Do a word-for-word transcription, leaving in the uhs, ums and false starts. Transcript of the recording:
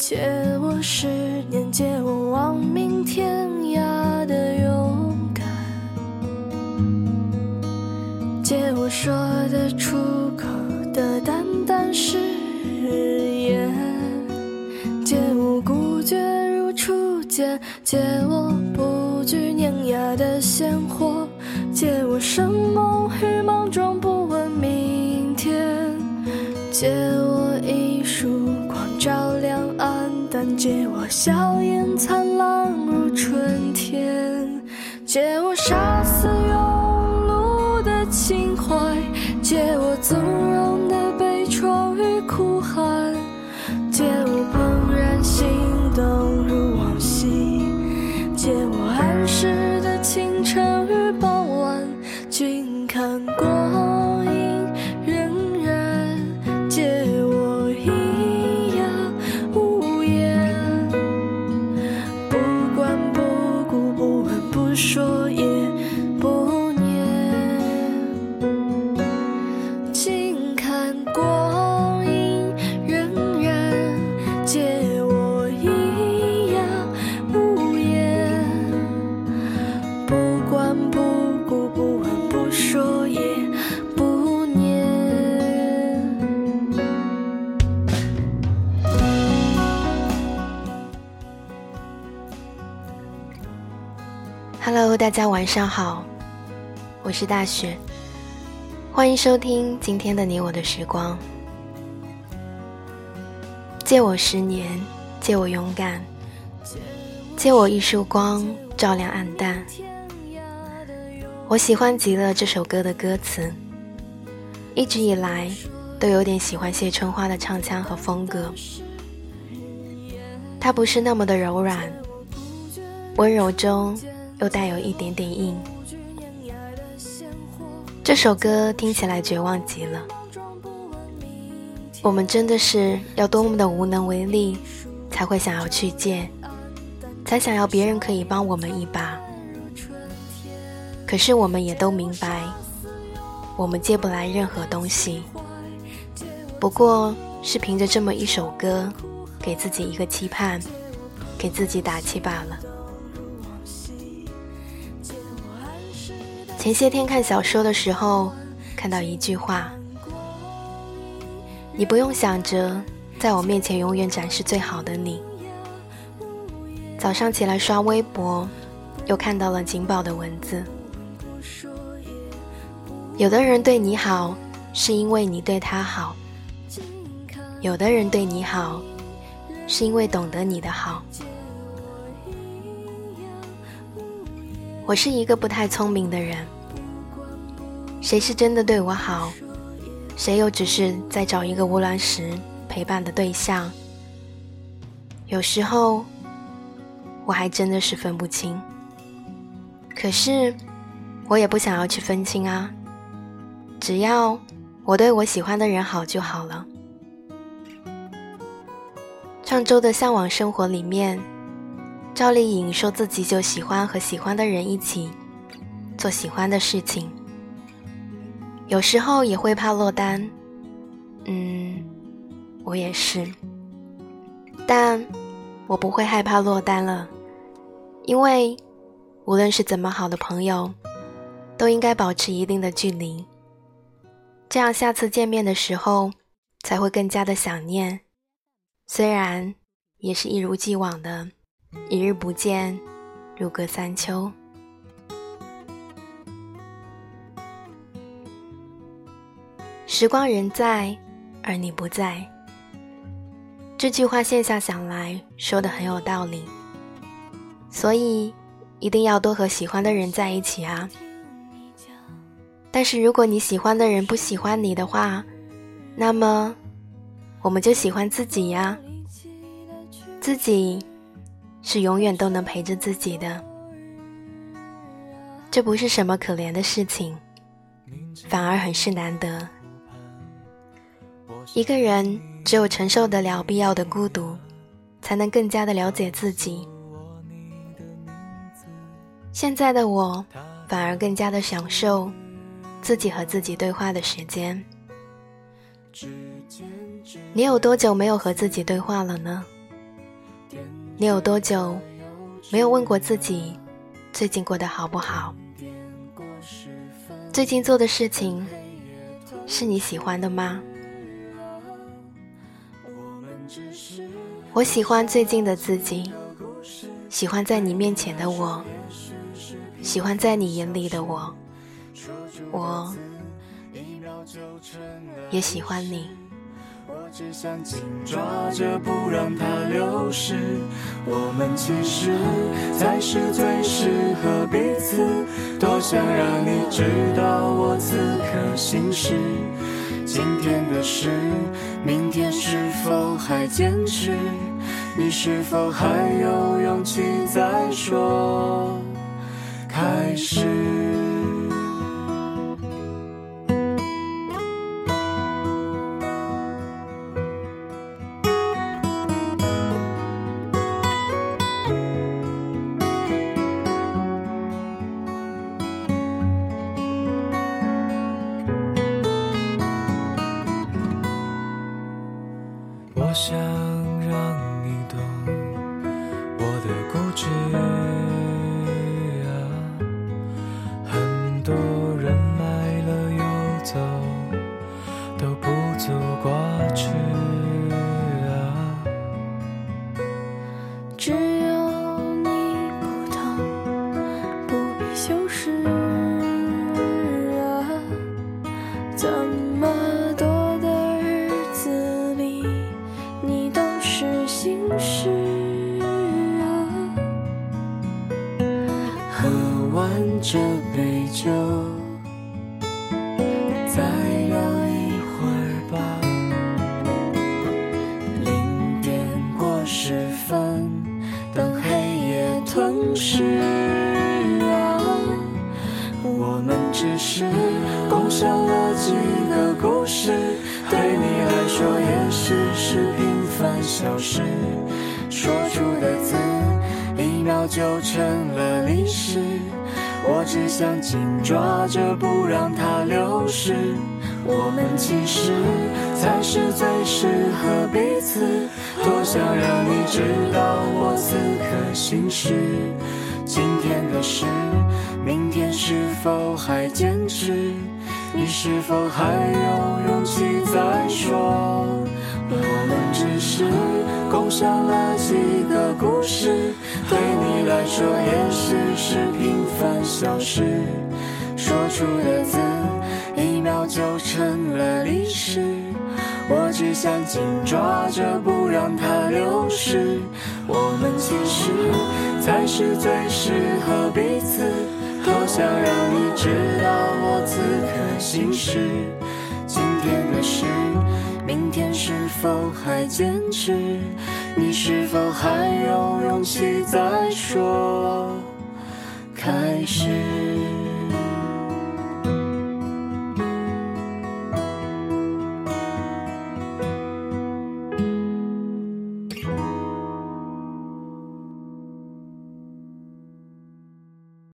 借我十年，借我亡命天涯的勇敢，借我说得出口的淡淡誓言，借我孤绝如初见，借我不惧碾压的鲜活，借我生猛与莽撞，不问明天，借我一束光照亮暗淡，借我笑颜灿烂如春天，借我杀死庸碌的情怀，借我纵容的悲怆与哭喊，借我怦然心动如往昔，借我安适的清晨与傍晚，君看光阴荏苒，借我一夜无言，不管不顾，不问不说也不念，静看光阴荏苒，借我一夜无言，不管不顾，不问不说也不念。 Hello， 大家晚上好，我是大雪，欢迎收听今天的你我的时光。借我十年，借我勇敢，借我一束光照亮暗淡。我喜欢极了这首歌的歌词，一直以来都有点喜欢谢春花的唱腔和风格。它不是那么的柔软，温柔中又带有一点点硬。这首歌听起来绝望极了，我们真的是要多么的无能为力，才会想要去借，才想要别人可以帮我们一把。可是我们也都明白，我们借不来任何东西，不过是凭着这么一首歌，给自己一个期盼，给自己打气罢了。前些天看小说的时候，看到一句话，你不用想着在我面前永远展示最好的你。早上起来刷微博，又看到了景宝的文字，有的人对你好是因为你对他好，有的人对你好是因为懂得你的好。我是一个不太聪明的人，谁是真的对我好，谁又只是在找一个无论时陪伴的对象，有时候我还真的是分不清。可是我也不想要去分清啊，只要我对我喜欢的人好就好了。上周的向往生活里面，赵丽颖说自己就喜欢和喜欢的人一起做喜欢的事情，有时候也会怕落单，嗯，我也是，但我不会害怕落单了，因为无论是怎么好的朋友，都应该保持一定的距离，这样下次见面的时候才会更加的想念，虽然也是一如既往的一日不见如隔三秋。时光人在，而你不在，这句话现下想来说得很有道理，所以一定要多和喜欢的人在一起啊。但是如果你喜欢的人不喜欢你的话，那么我们就喜欢自己呀，自己是永远都能陪着自己的，这不是什么可怜的事情，反而很是难得。一个人只有承受得了必要的孤独，才能更加的了解自己。现在的我反而更加的享受自己和自己对话的时间。你有多久没有和自己对话了呢？ 你有多久没有问过自己最近过得好不好？最近做的事情是你喜欢的吗？我喜欢最近的自己，喜欢在你面前的我，喜欢在你眼里的我，我也喜欢你。 我只想紧抓着不让它流失，我们其实才是最适合彼此，多想让你知道我此刻心事。今天的事，明天是否还坚持？你是否还有勇气再说开始？我想让你懂我的固执啊，很多人来了又走，都不足挂齿啊。 只有你不懂，不必修饰啊，怎么多的日子里你都是心事啊。 喝完这杯酒，再聊一会儿吧。零点过十分，等黑夜吞噬啊。我们只是共享了几个故事，对你来说也许是平凡小事，说出的字一秒就成了历史。我只想紧抓着不让它流失，我们其实才是最适合彼此，多想让你知道我此刻心事。今天的事，明天是否还坚持？你是否还有勇气再说？我们只是共享了几个故事，对你来说也许是平凡小事，说出的字一秒就成了历史。我只想紧抓着不让它流失，我们其实才是最适合彼此，多想让你知道我此刻心事。今天的事，明天是否还坚持？你是否还有勇气再说开始？